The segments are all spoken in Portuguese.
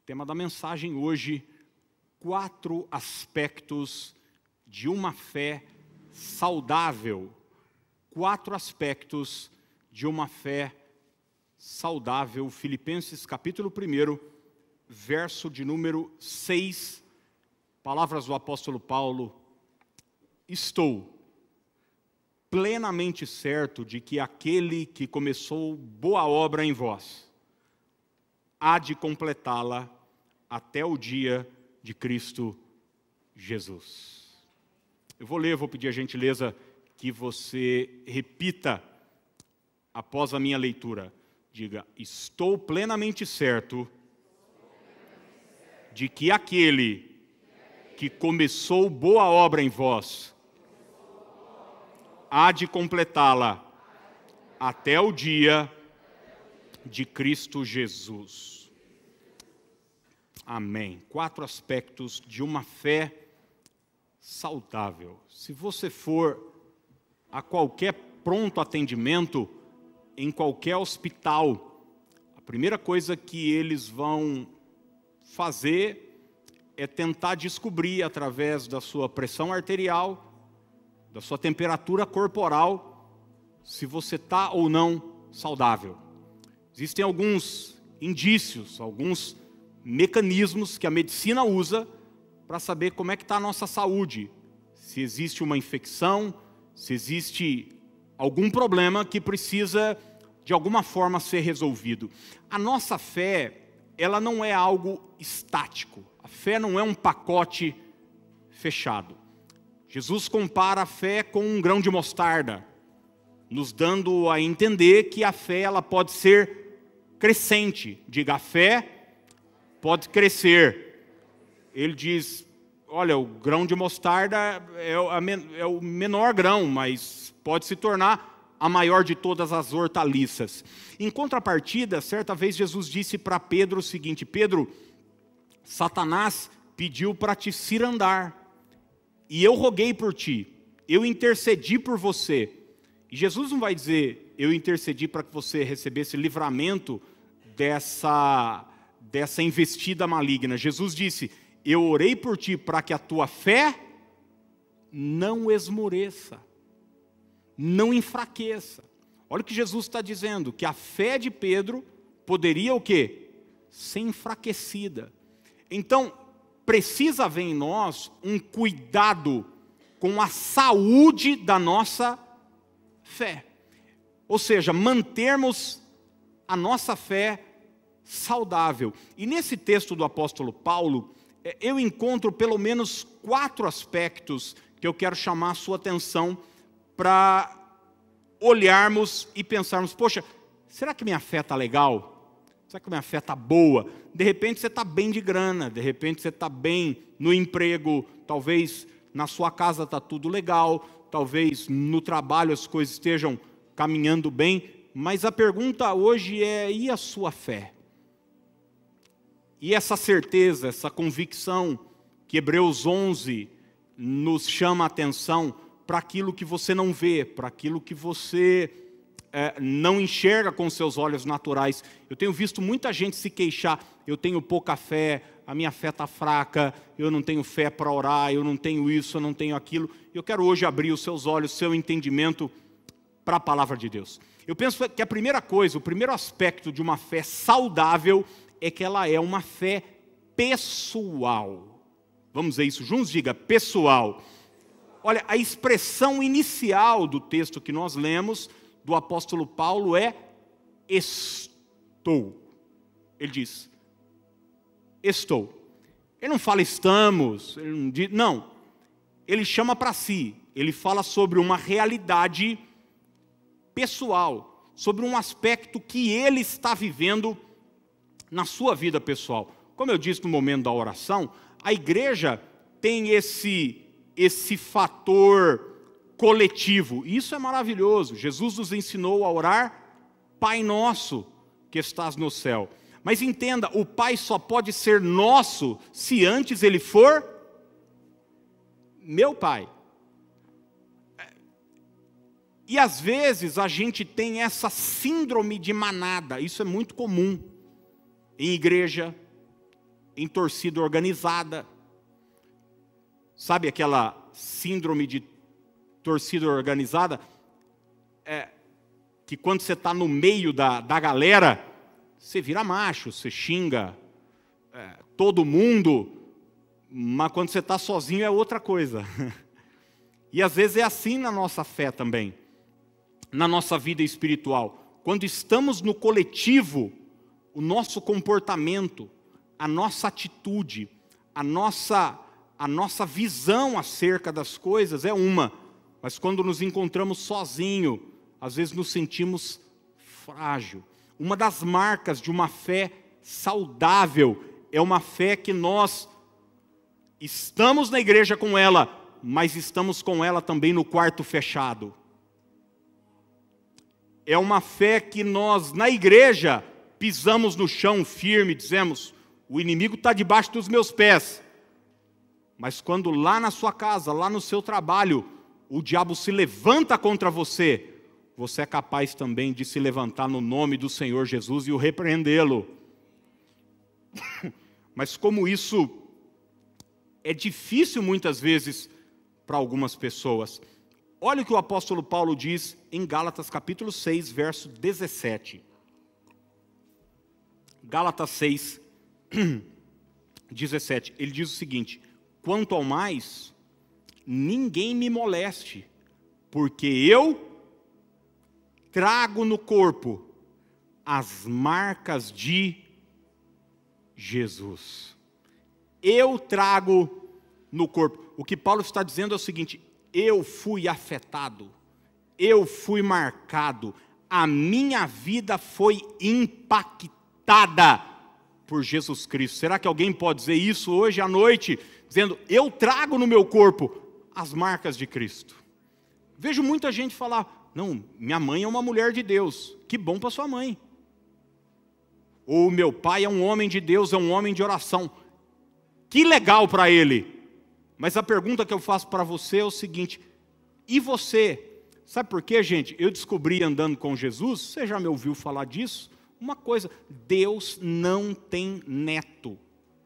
Tema da mensagem hoje: 4 aspectos de uma fé saudável. 4 aspectos de uma fé saudável. Filipenses capítulo 1, verso de número 6. Palavras do apóstolo Paulo: estou plenamente certo de que aquele que começou boa obra em vós há de completá-la até o dia de Cristo Jesus. Eu vou pedir a gentileza que você repita após a minha leitura. Diga: estou plenamente certo de que aquele que começou boa obra em vós há de completá-la até o dia de Cristo Jesus. Amém. 4 aspectos de uma fé saudável. Se você for a qualquer pronto atendimento, em qualquer hospital, a primeira coisa que eles vão fazer é tentar descobrir, através da sua pressão arterial, da sua temperatura corporal, se você está ou não saudável. Existem alguns indícios, alguns mecanismos que a medicina usa para saber como é que está a nossa saúde. Se existe uma infecção, se existe algum problema que precisa de alguma forma ser resolvido. A nossa fé, ela não é algo estático. A fé não é um pacote fechado. Jesus compara a fé com um grão de mostarda, nos dando a entender que a fé ela pode ser crescente. Diga: a fé pode crescer. Ele diz: olha, o grão de mostarda é o menor grão, mas pode se tornar a maior de todas as hortaliças. Em contrapartida, certa vez Jesus disse para Pedro o seguinte: Pedro, Satanás pediu para te cirandar, e eu roguei por ti, eu intercedi por você. E Jesus não vai dizer: eu intercedi para que você recebesse livramento dessa investida maligna. Jesus disse: eu orei por ti para que a tua fé não esmoreça, não enfraqueça. Olha o que Jesus está dizendo, que a fé de Pedro poderia o quê? Ser enfraquecida. Então, precisa haver em nós um cuidado com a saúde da nossa fé. Ou seja, mantermos a nossa fé saudável. E nesse texto do apóstolo Paulo, eu encontro pelo menos 4 aspectos que eu quero chamar a sua atenção para olharmos e pensarmos: poxa, será que minha fé está legal? Será que minha fé está boa? De repente você está bem de grana, de repente você está bem no emprego, talvez na sua casa está tudo legal, talvez no trabalho as coisas estejam caminhando bem, mas a pergunta hoje é: e a sua fé? E essa certeza, essa convicção que Hebreus 11 nos chama a atenção para aquilo que você não vê, para aquilo que você não enxerga com seus olhos naturais. Eu tenho visto muita gente se queixar: eu tenho pouca fé, a minha fé está fraca, eu não tenho fé para orar, eu não tenho isso, eu não tenho aquilo. Eu quero hoje abrir os seus olhos, seu entendimento para a palavra de Deus. Eu penso que a primeira coisa, o primeiro aspecto de uma fé saudável é que ela é uma fé pessoal. Vamos dizer isso juntos? Diga: pessoal. Olha, a expressão inicial do texto que nós lemos, do apóstolo Paulo, é estou. Ele diz: estou. Ele não fala estamos, ele não diz, não. Ele chama para si, ele fala sobre uma realidade pessoal, sobre um aspecto que ele está vivendo na sua vida pessoal. Como eu disse no momento da oração, a igreja tem esse fator coletivo, e isso é maravilhoso. Jesus nos ensinou a orar: Pai nosso que estás no céu. Mas entenda, o Pai só pode ser nosso se antes Ele for meu Pai. E às vezes a gente tem essa síndrome de manada, isso é muito comum em igreja, em torcida organizada. Sabe aquela síndrome de torcida organizada? Que quando você está no meio da galera, você vira macho, você xinga todo mundo, mas quando você está sozinho é outra coisa. E às vezes é assim na nossa fé também, na nossa vida espiritual. Quando estamos no coletivo, o nosso comportamento, a nossa atitude, a nossa visão acerca das coisas é uma, mas quando nos encontramos sozinhos, às vezes nos sentimos frágil. Uma das marcas de uma fé saudável é uma fé que nós estamos na igreja com ela, mas estamos com ela também no quarto fechado. É uma fé que nós, na igreja, pisamos no chão firme, dizemos, o inimigo está debaixo dos meus pés. Mas quando lá na sua casa, lá no seu trabalho, o diabo se levanta contra você, você é capaz também de se levantar no nome do Senhor Jesus e o repreendê-lo. Mas como isso é difícil muitas vezes para algumas pessoas. Olha o que o apóstolo Paulo diz em Gálatas capítulo 6, verso 17. Gálatas 6, 17. Ele diz o seguinte: quanto ao mais, ninguém me moleste, porque eu trago no corpo as marcas de Jesus. Eu trago no corpo. O que Paulo está dizendo é o seguinte: eu fui afetado, eu fui marcado, a minha vida foi impactada por Jesus Cristo. Será que alguém pode dizer isso hoje à noite, dizendo, eu trago no meu corpo as marcas de Cristo? Vejo muita gente falar, não, minha mãe é uma mulher de Deus. Que bom para sua mãe. Ou meu pai é um homem de Deus, é um homem de oração. Que legal para ele. Mas a pergunta que eu faço para você é o seguinte, e você? Sabe por quê, gente? Eu descobri andando com Jesus, você já me ouviu falar disso? Uma coisa, Deus não tem neto.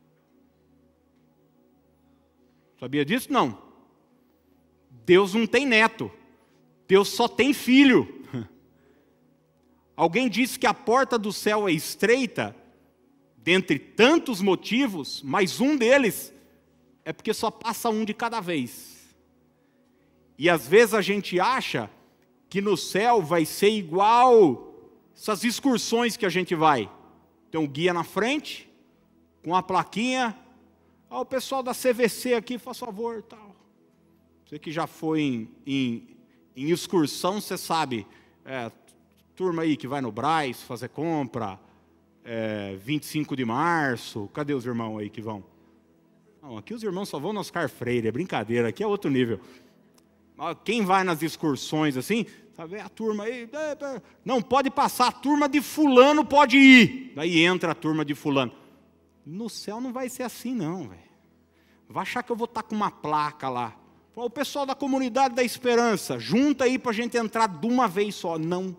Sabia disso? Não. Deus não tem neto. Deus só tem filho. Alguém disse que a porta do céu é estreita, dentre tantos motivos, mas um deles é porque só passa um de cada vez. E às vezes a gente acha que no céu vai ser igual essas excursões que a gente vai. Tem um guia na frente, com a plaquinha, o pessoal da CVC aqui, faz favor, tal. Você que já foi em excursão, você sabe, turma aí que vai no Brás fazer compra, 25 de março, cadê os irmãos aí que vão? Não, aqui os irmãos só vão no Oscar Freire, é brincadeira, aqui é outro nível. Quem vai nas excursões assim, sabe, a turma aí, não pode passar, a turma de fulano pode ir. Daí entra a turma de fulano. No céu não vai ser assim não, velho. Vai achar que eu vou estar com uma placa lá. O pessoal da comunidade da esperança, junta aí para a gente entrar de uma vez só. Não.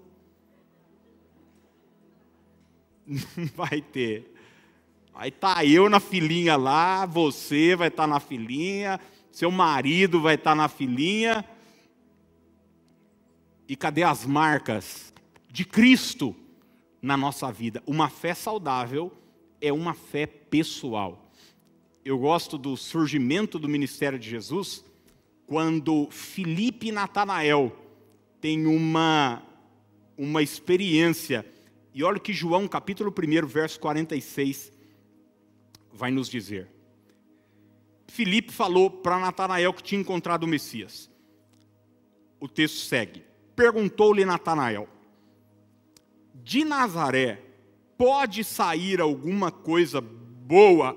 Não vai ter. Vai estar eu na filinha lá, você vai estar na filinha, seu marido vai estar na filinha. E cadê as marcas de Cristo na nossa vida? Uma fé saudável é uma fé pessoal. Eu gosto do surgimento do ministério de Jesus, quando Filipe e Natanael têm uma experiência. E olha o que João, capítulo 1, verso 46, vai nos dizer. Filipe falou para Natanael que tinha encontrado o Messias. O texto segue. Perguntou-lhe Natanael, de Nazaré pode sair alguma coisa boa?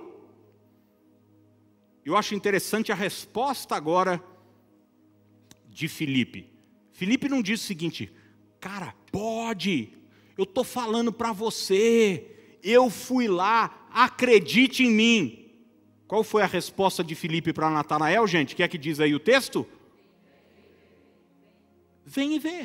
Eu acho interessante a resposta agora de Filipe. Filipe não disse o seguinte, cara, pode, eu estou falando para você, eu fui lá, acredite em mim. Qual foi a resposta de Filipe para Natanael, gente? O que é que diz aí o texto? Vem e vê.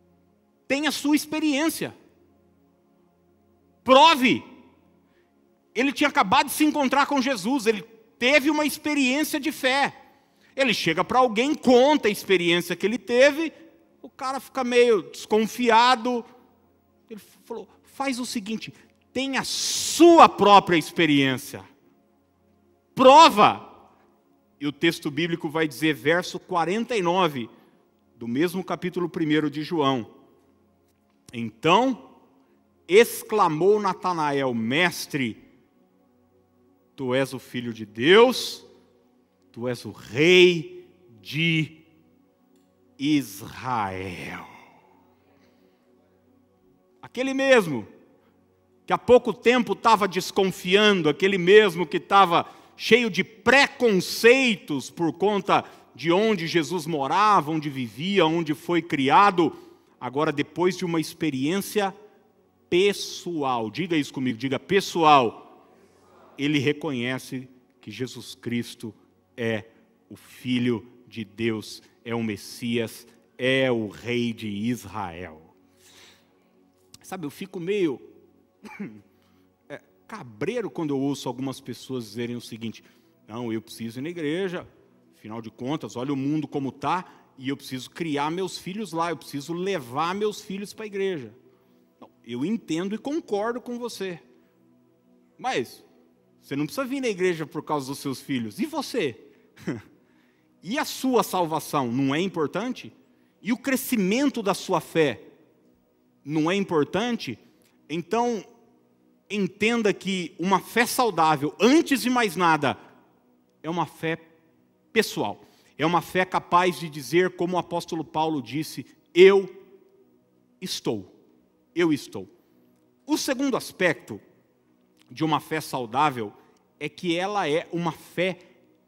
Tenha a sua experiência. Prove. Ele tinha acabado de se encontrar com Jesus, ele teve uma experiência de fé. Ele chega para alguém, conta a experiência que ele teve, o cara fica meio desconfiado. Ele falou, faz o seguinte, tem a sua própria experiência. Prova. E o texto bíblico vai dizer, verso 49, do mesmo capítulo 1 de João. Então, exclamou Natanael, mestre, tu és o Filho de Deus, tu és o Rei de Israel. Aquele mesmo que há pouco tempo estava desconfiando, aquele mesmo que estava cheio de preconceitos por conta de onde Jesus morava, onde vivia, onde foi criado, agora depois de uma experiência pessoal, diga isso comigo, diga pessoal, ele reconhece que Jesus Cristo é o Filho de Deus, é o Messias, é o Rei de Israel. Sabe, eu fico meio cabreiro quando eu ouço algumas pessoas dizerem o seguinte, não, eu preciso ir na igreja, afinal de contas, olha o mundo como está, e eu preciso criar meus filhos lá, eu preciso levar meus filhos para a igreja. Não, eu entendo e concordo com você, mas você não precisa vir na igreja por causa dos seus filhos. E você? E a sua salvação não é importante? E o crescimento da sua fé não é importante? Então, entenda que uma fé saudável, antes de mais nada, é uma fé pessoal. É uma fé capaz de dizer, como o apóstolo Paulo disse, eu estou. Eu estou. O segundo aspecto de uma fé saudável é que ela é uma fé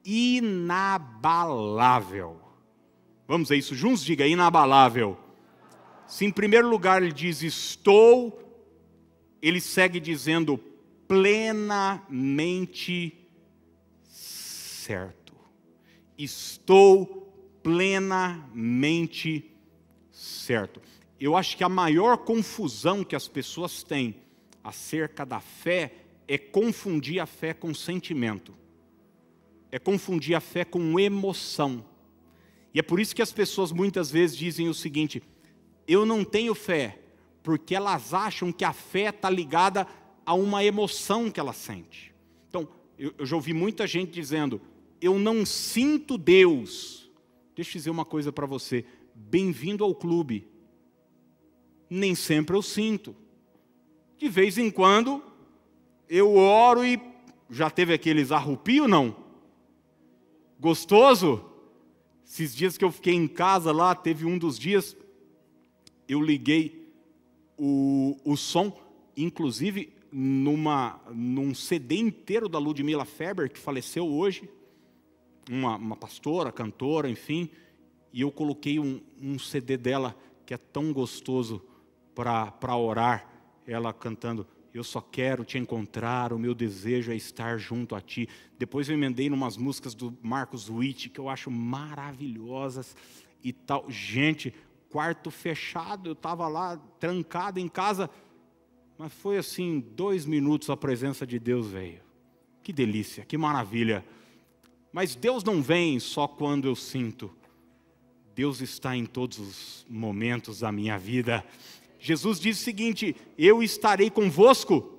inabalável. Vamos a isso juntos? Diga, inabalável. Se em primeiro lugar ele diz estou, ele segue dizendo plenamente certo. Estou plenamente certo. Eu acho que a maior confusão que as pessoas têm acerca da fé é confundir a fé com sentimento. É confundir a fé com emoção. E é por isso que as pessoas muitas vezes dizem o seguinte, eu não tenho fé, porque elas acham que a fé está ligada a uma emoção que ela sente. Então, eu já ouvi muita gente dizendo, eu não sinto Deus. Deixa eu dizer uma coisa para você, bem-vindo ao clube. Nem sempre eu sinto. De vez em quando, eu oro e já teve aqueles arrupio, não? Gostoso? Esses dias que eu fiquei em casa lá, teve um dos dias, eu liguei o som, inclusive num CD inteiro da Ludmila Feber, que faleceu hoje, uma pastora, cantora, enfim, e eu coloquei um CD dela, que é tão gostoso para orar, ela cantando, eu só quero te encontrar, o meu desejo é estar junto a ti. Depois eu emendei em umas músicas do Marcos Witt, que eu acho maravilhosas e tal. Gente, quarto fechado, eu estava lá trancado em casa, mas foi assim, 2 minutos a presença de Deus veio. Que delícia, que maravilha. Mas Deus não vem só quando eu sinto. Deus está em todos os momentos da minha vida. Jesus diz o seguinte, eu estarei convosco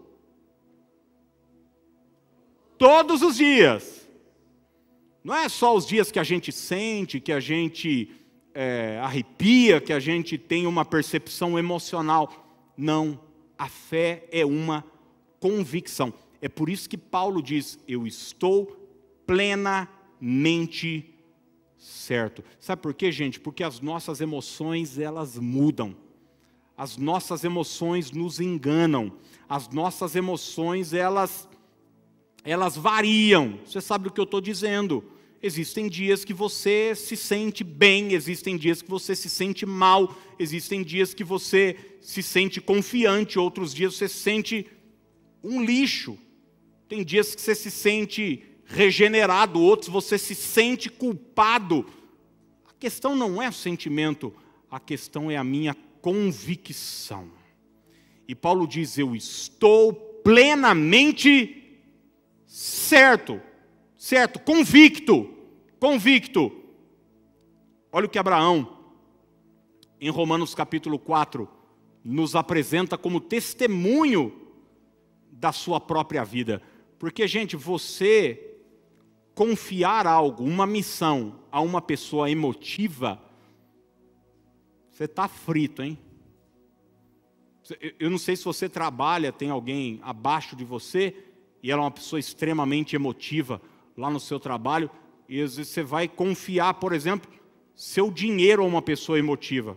todos os dias. Não é só os dias que a gente sente, que a gente arrepia, que a gente tem uma percepção emocional. Não, a fé é uma convicção. É por isso que Paulo diz, eu estou plenamente certo. Sabe por quê, gente? Porque as nossas emoções, elas mudam. As nossas emoções nos enganam. As nossas emoções, elas variam. Você sabe o que eu estou dizendo. Existem dias que você se sente bem, existem dias que você se sente mal, existem dias que você se sente confiante, outros dias você se sente um lixo. Tem dias que você se sente regenerado, outros você se sente culpado. A questão não é o sentimento, a questão é a minha convicção. E Paulo diz, eu estou plenamente certo, convicto. Olha o que Abraão, em Romanos capítulo 4, nos apresenta como testemunho da sua própria vida. Porque, gente, você confiar algo, uma missão, a uma pessoa emotiva, você está frito, hein? Eu não sei se você trabalha, tem alguém abaixo de você, e ela é uma pessoa extremamente emotiva lá no seu trabalho, e às vezes você vai confiar, por exemplo, seu dinheiro a uma pessoa emotiva.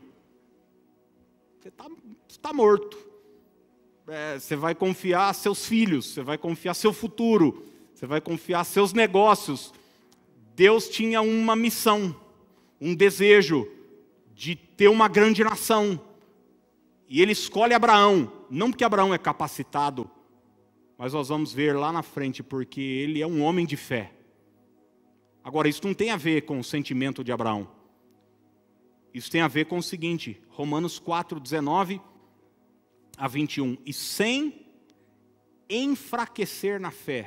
Você está morto. Você vai confiar seus filhos, você vai confiar seu futuro, você vai confiar seus negócios. Deus tinha uma missão, um desejo de ter uma grande nação. E ele escolhe Abraão, não porque Abraão é capacitado, mas nós vamos ver lá na frente, porque ele é um homem de fé. Agora, isso não tem a ver com o sentimento de Abraão. Isso tem a ver com o seguinte, Romanos 4, 19 a 21. E sem enfraquecer na fé,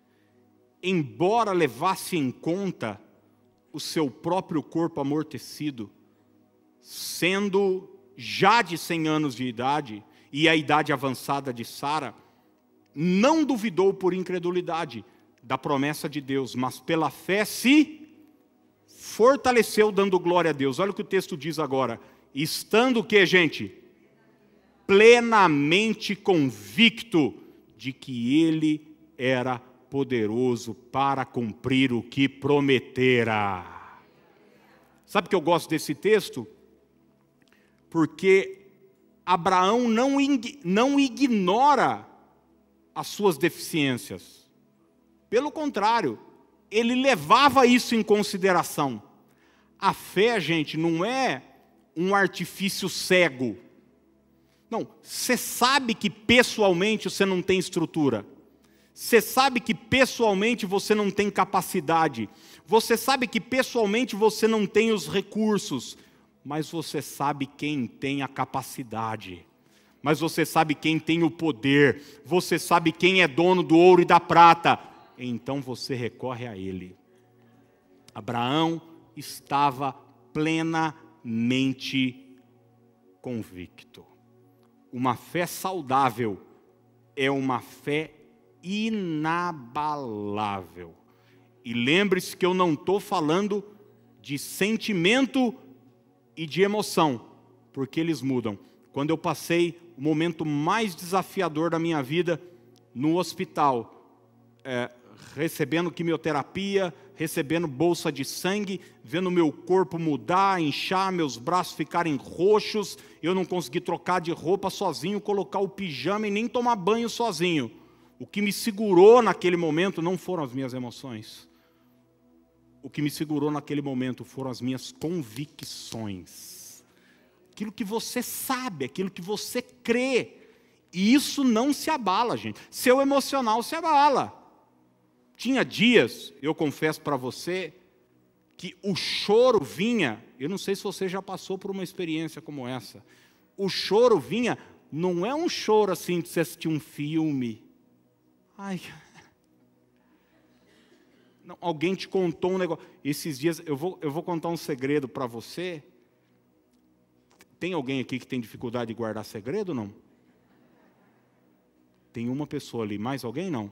embora levasse em conta o seu próprio corpo amortecido, sendo já de 100 anos de idade, e a idade avançada de Sara, não duvidou por incredulidade da promessa de Deus, mas pela fé se fortaleceu, dando glória a Deus. Olha o que o texto diz agora. Estando o que, gente? Plenamente convicto de que ele era poderoso para cumprir o que prometera. Sabe que eu gosto desse texto? Porque Abraão não ignora as suas deficiências. Pelo contrário, ele levava isso em consideração. A fé, gente, não é um artifício cego. Não, você sabe que pessoalmente você não tem estrutura. Você sabe que pessoalmente você não tem capacidade. Você sabe que pessoalmente você não tem os recursos. Mas você sabe quem tem a capacidade. Mas você sabe quem tem o poder. Você sabe quem é dono do ouro e da prata. Então você recorre a ele. Abraão estava plenamente convicto. Uma fé saudável é uma fé inabalável. E lembre-se que eu não estou falando de sentimento e de emoção, porque eles mudam. Quando eu passei o momento mais desafiador da minha vida no hospital, recebendo quimioterapia, recebendo bolsa de sangue, vendo meu corpo mudar, inchar, meus braços ficarem roxos, eu não consegui trocar de roupa sozinho, colocar o pijama e nem tomar banho sozinho. O que me segurou naquele momento não foram as minhas emoções. O que me segurou naquele momento foram as minhas convicções. Aquilo que você sabe, aquilo que você crê. E isso não se abala, gente. Seu emocional se abala. Tinha dias, eu confesso para você, que o choro vinha, eu não sei se você já passou por uma experiência como essa, o choro vinha, não é um choro assim de você assistir um filme. Ai, não, alguém te contou um negócio. Esses dias, eu vou contar um segredo para você. Tem alguém aqui que tem dificuldade de guardar segredo ou não? Tem uma pessoa ali, mais alguém não?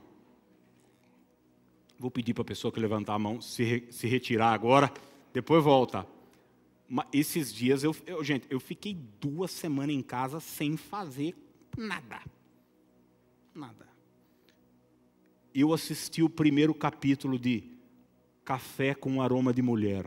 Vou pedir para a pessoa que levantar a mão se retirar agora, depois volta. Mas esses dias, gente, eu fiquei 2 semanas em casa sem fazer nada. Nada. Eu assisti o primeiro capítulo de Café com Aroma de Mulher.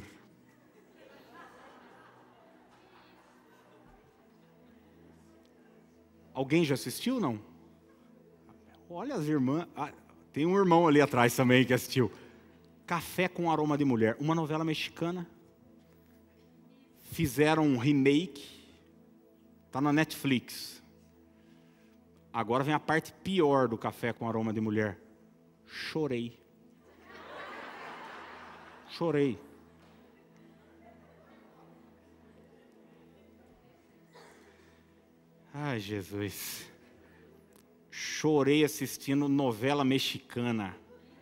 Alguém já assistiu ou não? Olha as irmãs... Tem um irmão ali atrás também que assistiu. Café com Aroma de Mulher. Uma novela mexicana. Fizeram um remake. Está na Netflix. Agora vem a parte pior do Café com Aroma de Mulher. Chorei. Chorei. Ai, Jesus. Chorei assistindo novela mexicana.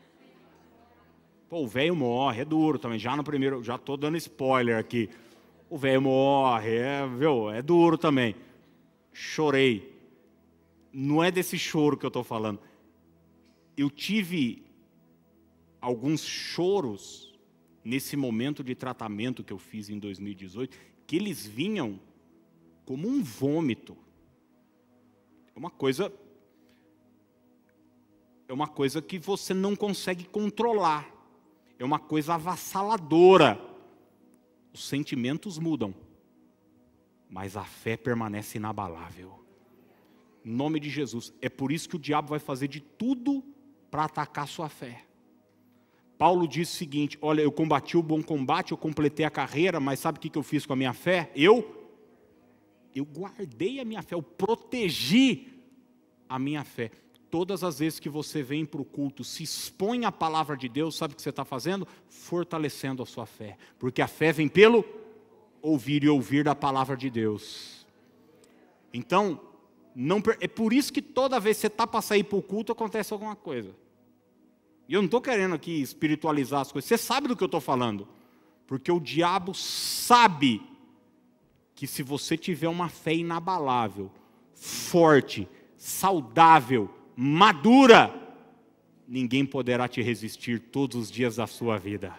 Pô, o velho morre, é duro também. Já no primeiro, já estou dando spoiler aqui. O velho morre, é duro também. Chorei. Não é desse choro que eu estou falando. Eu tive alguns choros nesse momento de tratamento que eu fiz em 2018, que eles vinham como um vômito. É uma coisa que você não consegue controlar. É uma coisa avassaladora. Os sentimentos mudam, mas a fé permanece inabalável. Em nome de Jesus. É por isso que o diabo vai fazer de tudo para atacar a sua fé. Paulo diz o seguinte: olha, eu combati o bom combate, eu completei a carreira, mas sabe o que eu fiz com a minha fé? Eu guardei a minha fé, eu protegi a minha fé. Todas as vezes que você vem para o culto, se expõe à palavra de Deus, sabe o que você está fazendo? Fortalecendo a sua fé. Porque a fé vem pelo ouvir e ouvir da palavra de Deus. Então, é por isso que toda vez que você está para sair para o culto, acontece alguma coisa. E eu não estou querendo aqui espiritualizar as coisas. Você sabe do que eu estou falando. Porque o diabo sabe que se você tiver uma fé inabalável, forte, saudável, madura, ninguém poderá te resistir todos os dias da sua vida.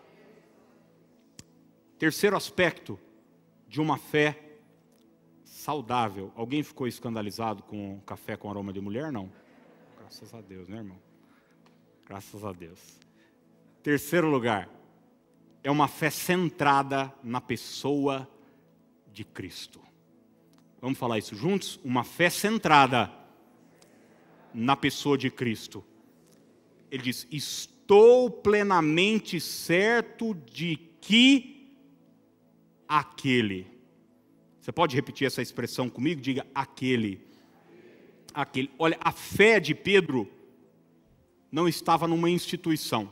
Terceiro aspecto de uma fé saudável. Alguém ficou escandalizado com café com aroma de mulher? Não. Graças a Deus, né, irmão? Graças a Deus. Terceiro lugar, é uma fé centrada na pessoa de Cristo. Vamos falar isso juntos? Uma fé centrada na pessoa de Cristo. Ele diz: estou plenamente certo de que aquele. Você pode repetir essa expressão comigo? Diga aquele. Aquele. Olha, a fé de Pedro não estava numa instituição.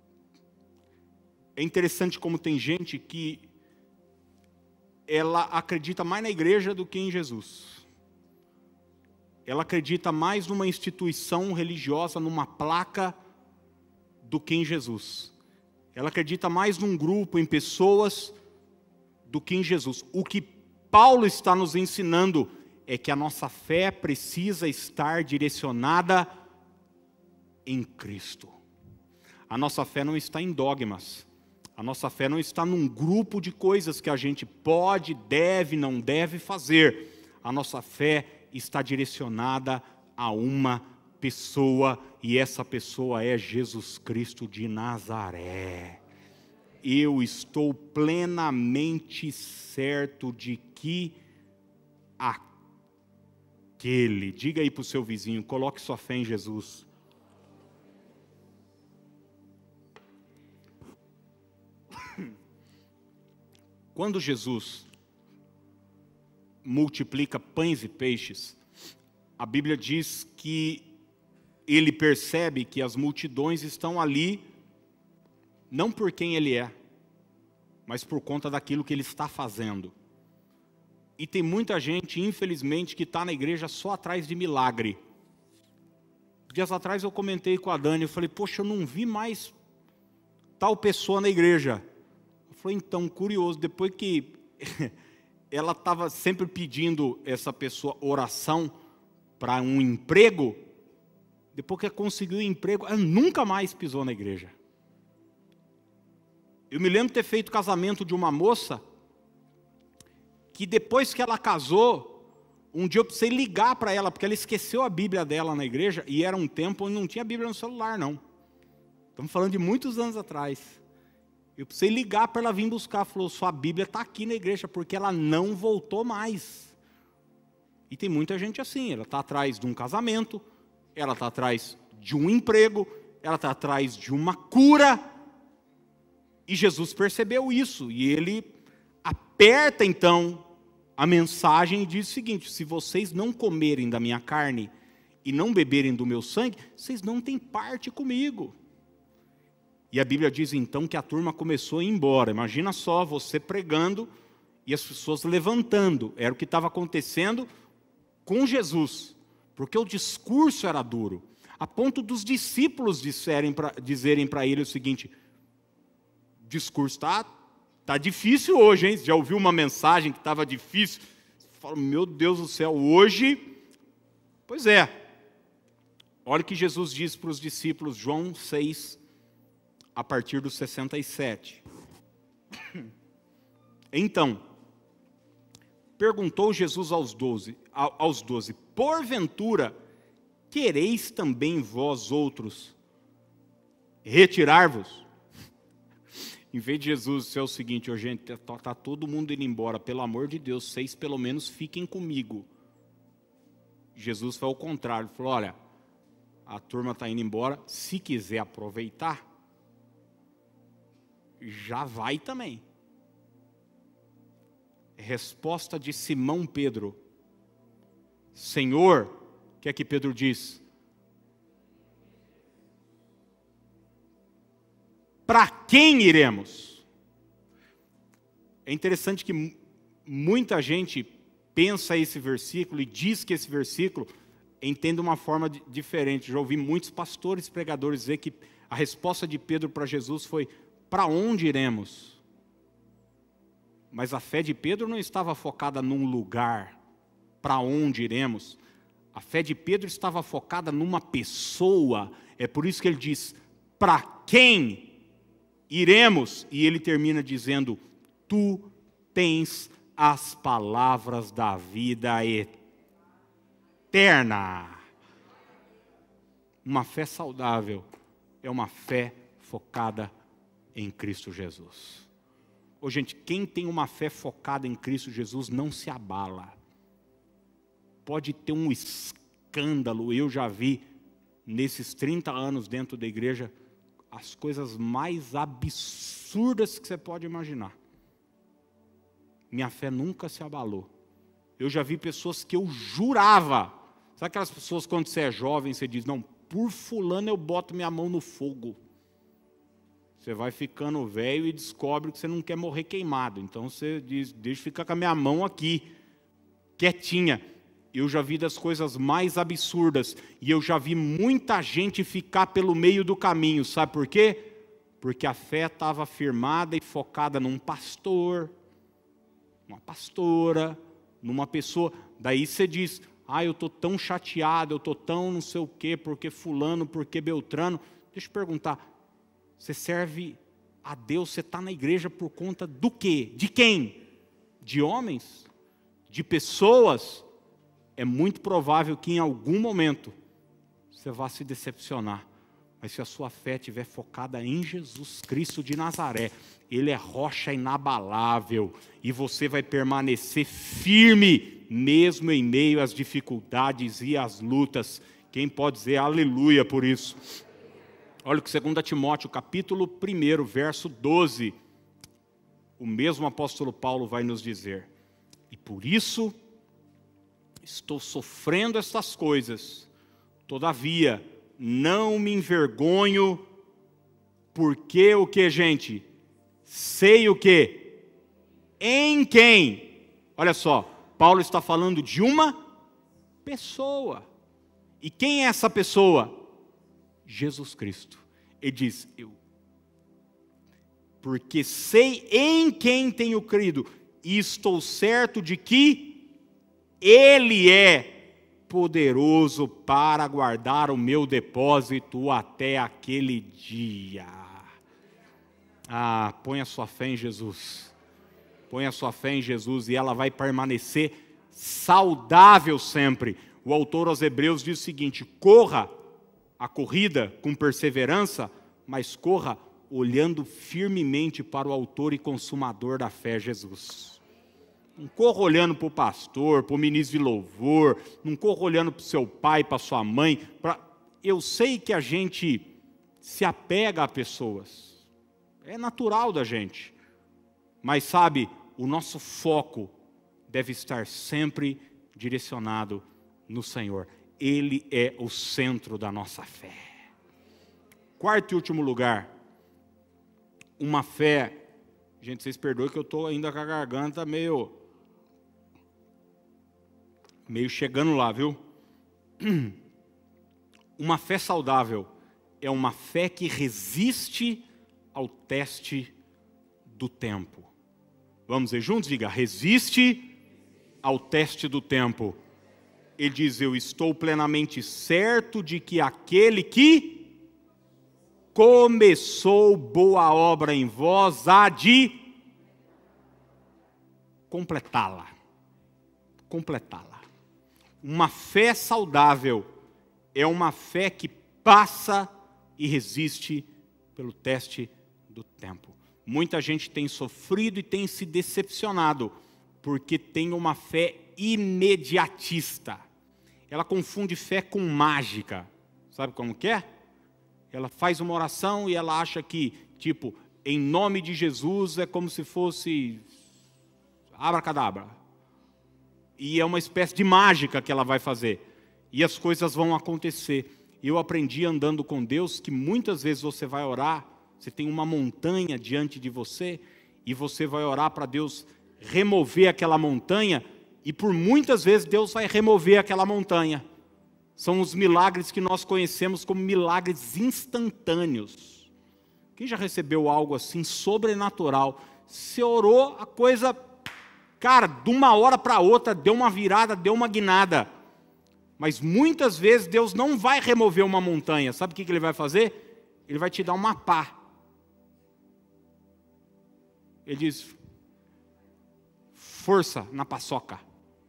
É interessante como tem gente que ela acredita mais na igreja do que em Jesus. Ela acredita mais numa instituição religiosa, numa placa, do que em Jesus. Ela acredita mais num grupo, em pessoas, do que em Jesus. O que Paulo está nos ensinando é que a nossa fé precisa estar direcionada em Cristo. A nossa fé não está em dogmas. A nossa fé não está num grupo de coisas que a gente pode, deve, não deve fazer. A nossa fé está direcionada a uma pessoa, e essa pessoa é Jesus Cristo de Nazaré. Eu estou plenamente certo de que aquele, diga aí para o seu vizinho, coloque sua fé em Jesus. Quando Jesus multiplica pães e peixes, a Bíblia diz que ele percebe que as multidões estão ali, não por quem ele é, mas por conta daquilo que ele está fazendo. E tem muita gente, infelizmente, que está na igreja só atrás de milagre. Dias atrás eu comentei com a Dani, eu falei, poxa, eu não vi mais tal pessoa na igreja. Eu falei, então, curioso, depois que ela estava sempre pedindo essa pessoa oração para um emprego, depois que conseguiu o emprego, ela nunca mais pisou na igreja. Eu me lembro de ter feito casamento de uma moça, que depois que ela casou, um dia eu precisei ligar para ela, porque ela esqueceu a Bíblia dela na igreja, e era um tempo onde não tinha Bíblia no celular, não. Estamos falando de muitos anos atrás. Eu precisei ligar para ela vir buscar. Ela falou, sua Bíblia está aqui na igreja, porque ela não voltou mais. E tem muita gente assim, ela está atrás de um casamento, ela está atrás de um emprego, ela está atrás de uma cura. E Jesus percebeu isso, e ele aperta então a mensagem e diz o seguinte: se vocês não comerem da minha carne e não beberem do meu sangue, vocês não têm parte comigo. E a Bíblia diz então que a turma começou a ir embora. Imagina só, você pregando e as pessoas levantando. Era o que estava acontecendo com Jesus, porque o discurso era duro, a ponto dos discípulos dizerem para ele o seguinte: discurso tá difícil hoje, hein? Você já ouviu uma mensagem que estava difícil? Você fala, meu Deus do céu, hoje... Pois é. Olha o que Jesus diz para os discípulos, João 6, a partir do 67. Então, perguntou Jesus aos 12, porventura, quereis também vós outros retirar-vos? Em vez de Jesus ser o seguinte, gente, está todo mundo indo embora, pelo amor de Deus, vocês pelo menos fiquem comigo. Jesus foi ao contrário, falou, olha, a turma está indo embora, se quiser aproveitar, já vai também. Resposta de Simão Pedro. Senhor, o que é que Pedro diz? Para quem iremos? É interessante que muita gente pensa esse versículo e diz que esse versículo entende de uma forma diferente. Já ouvi muitos pastores, pregadores dizer que a resposta de Pedro para Jesus foi, para onde iremos? Mas a fé de Pedro não estava focada num lugar, para onde iremos. A fé de Pedro estava focada numa pessoa. É por isso que ele diz, para quem iremos? E ele termina dizendo, tu tens as palavras da vida eterna. Uma fé saudável é uma fé focada em Cristo Jesus. Ô, gente, quem tem uma fé focada em Cristo Jesus não se abala. Pode ter um escândalo, eu já vi nesses 30 anos dentro da igreja as coisas mais absurdas que você pode imaginar. Minha fé nunca se abalou. Eu já vi pessoas que eu jurava. Sabe aquelas pessoas quando você é jovem, você diz, não, por fulano eu boto minha mão no fogo. Você vai ficando velho e descobre que você não quer morrer queimado. Então você diz, deixa eu ficar com a minha mão aqui, quietinha. Eu já vi das coisas mais absurdas. E eu já vi muita gente ficar pelo meio do caminho. Sabe por quê? Porque a fé estava firmada e focada num pastor, uma pastora, numa pessoa. Daí você diz, eu estou tão chateado, eu estou tão não sei o quê, porque fulano, porque Beltrano. Deixa eu perguntar, você serve a Deus, você está na igreja por conta do quê? De quem? De homens? De pessoas? É muito provável que em algum momento você vá se decepcionar. Mas se a sua fé estiver focada em Jesus Cristo de Nazaré, Ele é rocha inabalável, e você vai permanecer firme, mesmo em meio às dificuldades e às lutas. Quem pode dizer aleluia por isso? Olha o que 2 Timóteo, capítulo 1, verso 12, o mesmo apóstolo Paulo vai nos dizer. E por isso, estou sofrendo estas coisas, todavia, não me envergonho, porque o que, gente? Sei o que? Em quem? Olha só, Paulo está falando de uma pessoa. E quem é essa pessoa? Jesus Cristo. Ele diz, porque sei em quem tenho crido, e estou certo de que Ele é poderoso para guardar o meu depósito até aquele dia. Põe a sua fé em Jesus. Põe a sua fé em Jesus e ela vai permanecer saudável sempre. O autor aos Hebreus diz o seguinte, corra a corrida com perseverança, mas corra olhando firmemente para o autor e consumador da fé, Jesus. Não corra olhando para o pastor, para o ministro de louvor, não corra olhando para o seu pai, para a sua mãe. Eu sei que a gente se apega a pessoas, é natural da gente, mas sabe, o nosso foco deve estar sempre direcionado no Senhor. Ele é o centro da nossa fé. Quarto e último lugar, uma fé, gente, vocês perdoem que eu estou ainda com a garganta meio chegando lá, viu? Uma fé saudável é uma fé que resiste ao teste do tempo. Vamos ver juntos? Diga, resiste ao teste do tempo. Ele diz, eu estou plenamente certo de que aquele que começou boa obra em vós há de completá-la. Completá-la. Uma fé saudável é uma fé que passa e resiste pelo teste do tempo. Muita gente tem sofrido e tem se decepcionado porque tem uma fé imediatista. Ela confunde fé com mágica. Sabe como que é? Ela faz uma oração e ela acha que, tipo, em nome de Jesus é como se fosse abracadabra. E é uma espécie de mágica que ela vai fazer. E as coisas vão acontecer. Eu aprendi andando com Deus que muitas vezes você vai orar, você tem uma montanha diante de você, e você vai orar para Deus remover aquela montanha, e por muitas vezes Deus vai remover aquela montanha. São os milagres que nós conhecemos como milagres instantâneos. Quem já recebeu algo assim sobrenatural? Você orou, a coisa, cara, de uma hora para outra, deu uma virada, deu uma guinada. Mas muitas vezes Deus não vai remover uma montanha. Sabe o que Ele vai fazer? Ele vai te dar uma pá. Ele diz, força na paçoca.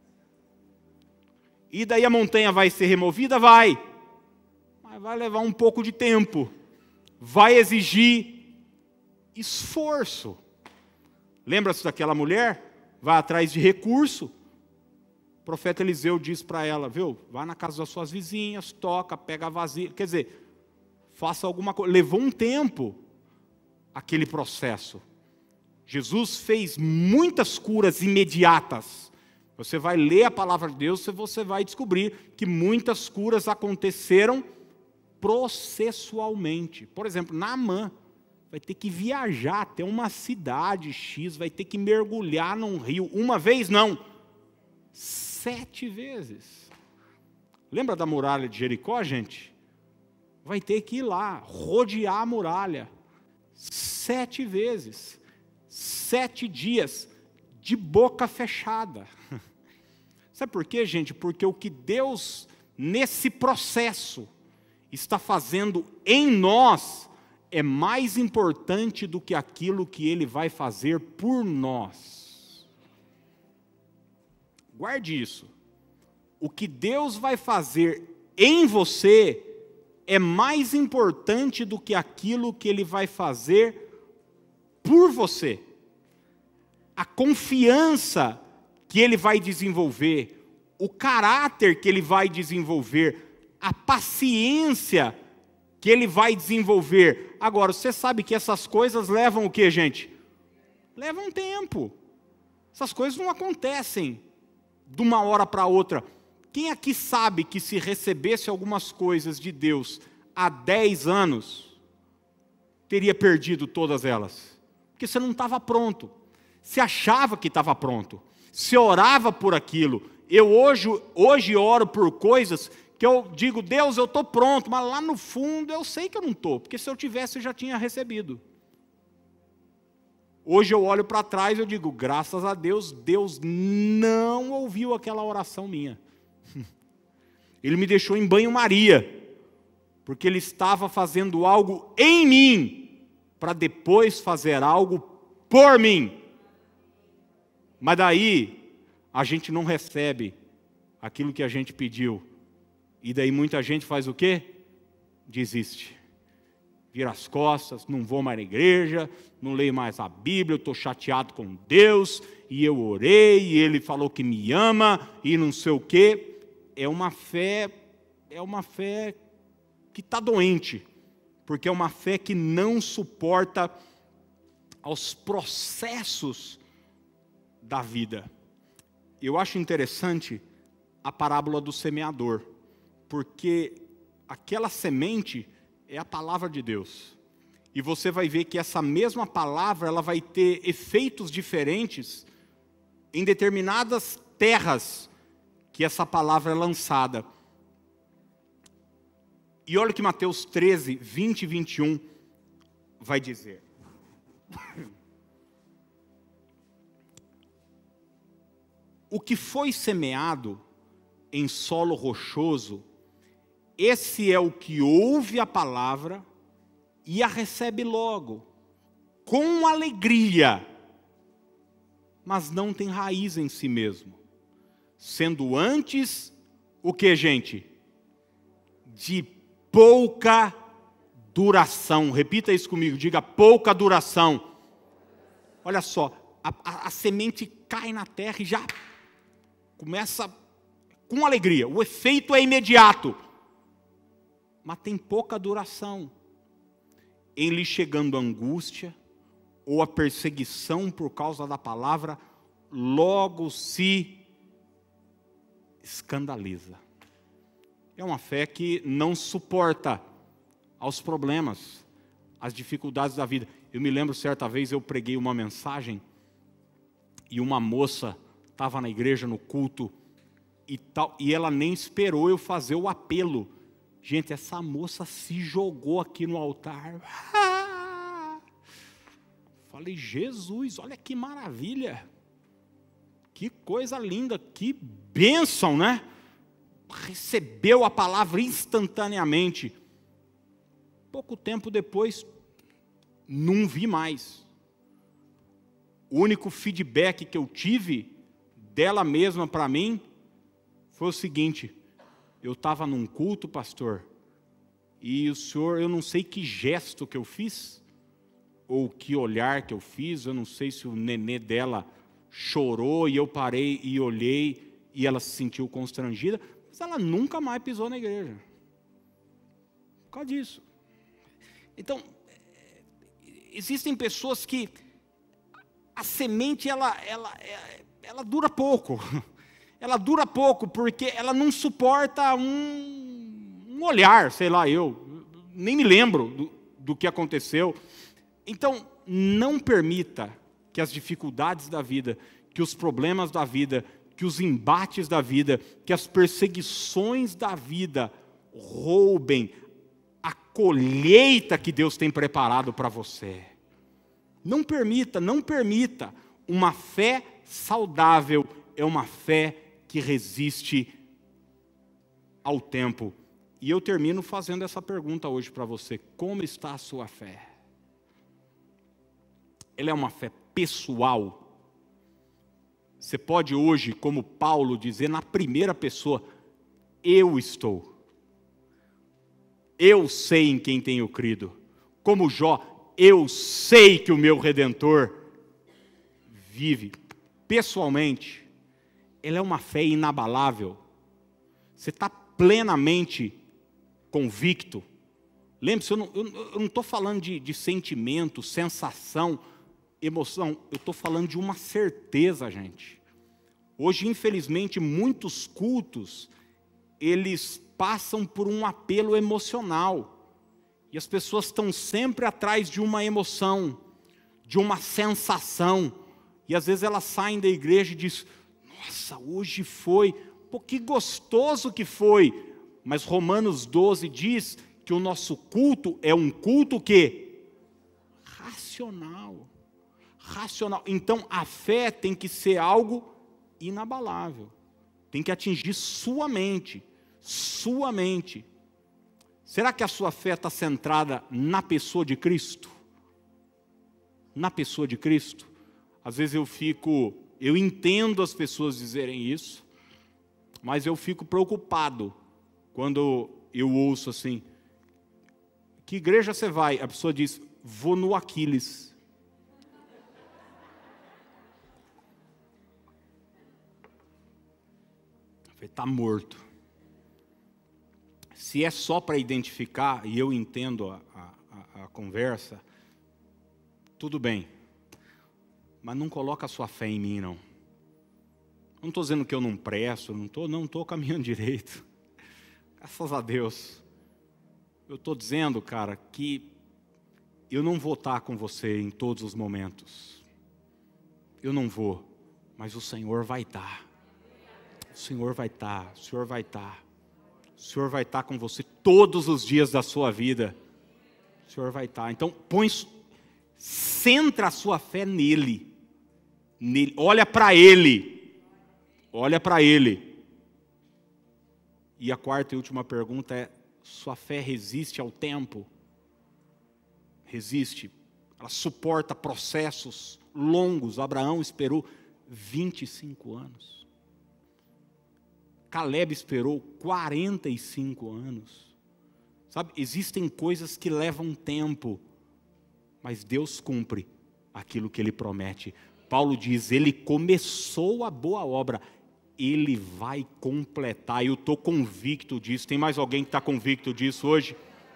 E daí a montanha vai ser removida? Vai. Mas vai levar um pouco de tempo. Vai exigir esforço. Lembra-se daquela mulher? Vai atrás de recurso. O profeta Eliseu diz para ela, viu? Vai na casa das suas vizinhas, toca, pega a vasilha. Quer dizer, faça alguma coisa. Levou um tempo aquele processo. Jesus fez muitas curas imediatas. Você vai ler a palavra de Deus e você vai descobrir que muitas curas aconteceram processualmente. Por exemplo, Naamã vai ter que viajar até uma cidade X, vai ter que mergulhar num rio. Uma vez não, 7 vezes. Lembra da muralha de Jericó, gente? Vai ter que ir lá, rodear a muralha 7 vezes. 7 dias de boca fechada. Sabe por quê, gente? Porque o que Deus, nesse processo, está fazendo em nós, é mais importante do que aquilo que Ele vai fazer por nós. Guarde isso. O que Deus vai fazer em você é mais importante do que aquilo que Ele vai fazer por você. A confiança que Ele vai desenvolver, o caráter que Ele vai desenvolver, a paciência que Ele vai desenvolver. Agora, você sabe que essas coisas levam o quê, gente? Levam tempo. Essas coisas não acontecem de uma hora para outra. Quem aqui sabe que se recebesse algumas coisas de Deus há 10 anos, teria perdido todas elas? Porque você não estava pronto. Você achava que estava pronto. Você orava por aquilo. Eu hoje oro por coisas que eu digo, Deus, eu estou pronto, mas lá no fundo eu sei que eu não estou, porque se eu tivesse eu já tinha recebido. Hoje eu olho para trás e eu digo, graças a Deus, Deus não ouviu aquela oração minha. Ele me deixou em banho-maria, porque Ele estava fazendo algo em mim, para depois fazer algo por mim. Mas daí, a gente não recebe aquilo que a gente pediu. E daí muita gente faz o quê? Desiste. Vira as costas, não vou mais na igreja, não leio mais a Bíblia, eu estou chateado com Deus, e eu orei, e Ele falou que me ama, e não sei o quê. É uma fé que está doente, porque é uma fé que não suporta aos processos da vida. Eu acho interessante a parábola do semeador, porque aquela semente é a palavra de Deus. E você vai ver que essa mesma palavra, ela vai ter efeitos diferentes em determinadas terras que essa palavra é lançada. E olha que Mateus 13, 20 e 21 vai dizer. o que foi semeado em solo rochoso, esse é o que ouve a palavra e a recebe logo, com alegria, mas não tem raiz em si mesmo, sendo antes, o que, gente? De pouca duração. Repita isso comigo, diga pouca duração. Olha só, a semente cai na terra e já começa com alegria. O efeito é imediato, mas tem pouca duração. Em lhe chegando a angústia ou a perseguição por causa da palavra, logo se escandaliza. É uma fé que não suporta aos problemas, às dificuldades da vida. Eu me lembro, certa vez, eu preguei uma mensagem e uma moça estava na igreja, no culto, e ela nem esperou eu fazer o apelo. Gente, essa moça se jogou aqui no altar. Falei, Jesus, olha que maravilha. Que coisa linda, que bênção, né? Recebeu a palavra instantaneamente. Pouco tempo depois, não vi mais. O único feedback que eu tive dela mesma para mim foi o seguinte: eu estava num culto, pastor, e o senhor, eu não sei que gesto que eu fiz, ou que olhar que eu fiz, eu não sei se o nenê dela chorou e eu parei e olhei e ela se sentiu constrangida, mas ela nunca mais pisou na igreja. Por causa disso. Então, existem pessoas que a semente, ela dura pouco. Ela dura pouco porque ela não suporta um olhar, sei lá, eu nem me lembro do que aconteceu. Então, não permita que as dificuldades da vida, que os problemas da vida, que os embates da vida, que as perseguições da vida roubem a colheita que Deus tem preparado para você. Não permita, não permita. Uma fé saudável é uma fé que resiste ao tempo. E eu termino fazendo essa pergunta hoje para você: como está a sua fé? Ela é uma fé pessoal? Você pode hoje, como Paulo, dizer na primeira pessoa: eu estou. Eu sei em quem tenho crido. Como Jó, eu sei que o meu Redentor vive. Pessoalmente, ela é uma fé inabalável. Você está plenamente convicto. Lembre-se, eu não estou falando de sentimento, sensação, emoção. Eu estou falando de uma certeza, gente. Hoje, infelizmente, muitos cultos, eles passam por um apelo emocional. E as pessoas estão sempre atrás de uma emoção, de uma sensação. E às vezes elas saem da igreja e dizem: nossa, hoje foi, pô, que gostoso que foi. Mas Romanos 12 diz que o nosso culto é um culto que? Racional. Racional. Então a fé tem que ser algo inabalável. Tem que atingir sua mente. Sua mente. Será que a sua fé está centrada na pessoa de Cristo? Na pessoa de Cristo? Às vezes eu entendo as pessoas dizerem isso, mas eu fico preocupado quando eu ouço assim: que igreja você vai? A pessoa diz: vou no Aquiles. Está morto. Se é só para identificar, e eu entendo a conversa, tudo bem. Mas não coloca a sua fé em mim, não. Não estou dizendo que eu não presto, não estou caminhando direito. Graças a Deus. Eu estou dizendo, cara, que eu não vou estar com você em todos os momentos. Eu não vou, mas o Senhor vai estar. O Senhor vai estar, o Senhor vai estar. O Senhor vai estar com você todos os dias da sua vida. O Senhor vai estar. Então, centra a sua fé nele. Olha para Ele. olha para ele. E a quarta e última pergunta é: sua fé resiste ao tempo? Resiste. Ela suporta processos longos. Abraão esperou 25 anos. Caleb esperou 45 anos. Sabe, existem coisas que levam tempo, mas Deus cumpre aquilo que Ele promete. Paulo diz, Ele começou a boa obra, Ele vai completar. Eu estou convicto disso. Tem mais alguém que está convicto disso hoje?